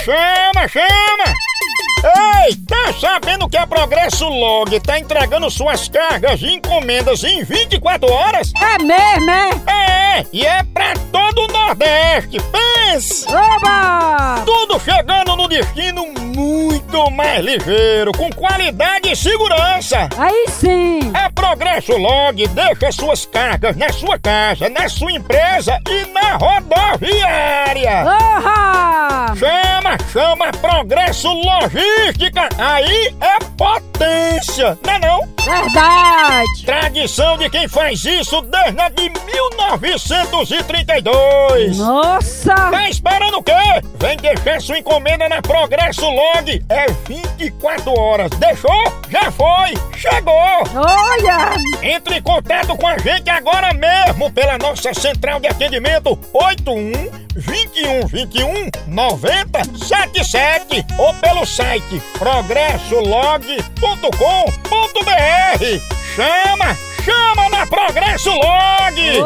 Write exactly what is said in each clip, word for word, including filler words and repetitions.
chama, chama! Ei, tá sabendo que a Progresso Log tá entregando suas cargas e encomendas em vinte e quatro horas? É mesmo, é? É, e é pra todo o Nordeste, pense! Oba! Tudo chegando no destino muito mais ligeiro, com qualidade e segurança! Aí sim! A Progresso Log deixa suas cargas na sua casa, na sua empresa e na rodoviária! Oha! Chama, chama Progresso Logística! Aí é potência, não é não? Verdade! Tradição de quem faz isso desde a de mil novecentos e trinta e dois! Nossa! Tá esperando o quê? Vem deixar sua encomenda na Progresso Log! É vinte e quatro horas! Deixou? Já foi! Chegou! Olha! Entre em contato com a gente agora mesmo pela nossa central de atendimento oito um, vinte e um, vinte e um, noventa, setenta e sete ou pelo site progresso log ponto com ponto br. Chama! Chama na Progresso Log!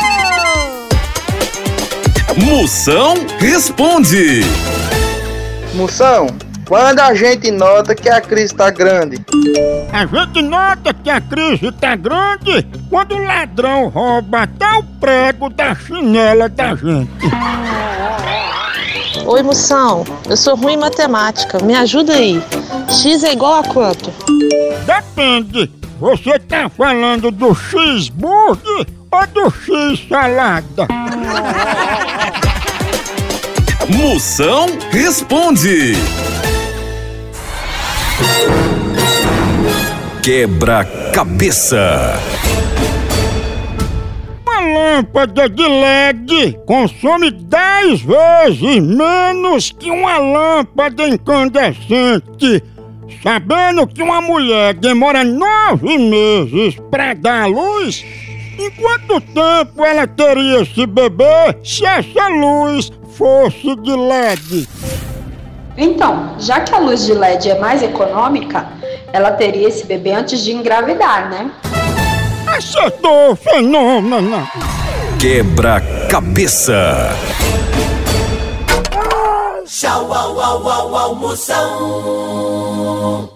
Oh! Moção responde. Moção, quando a gente nota que a crise tá grande? A gente nota que a crise tá grande quando o ladrão rouba até o prego da chinela da gente. Oi, Moção, eu sou ruim em matemática, me ajuda aí. X é igual a quanto? Depende. Você tá falando do X-burger ou do X-salada? Moção responde. Quebra-cabeça. Uma lâmpada de L E D consome dez vezes menos que uma lâmpada incandescente. Sabendo que uma mulher demora nove meses pra dar à luz, em quanto tempo ela teria esse bebê se essa luz fosse de L E D? Então, já que a luz de L E D é mais econômica, ela teria esse bebê antes de engravidar, né? Acertou, fenômeno! Quebra-cabeça. Tchau, au, au, au, au, Moção.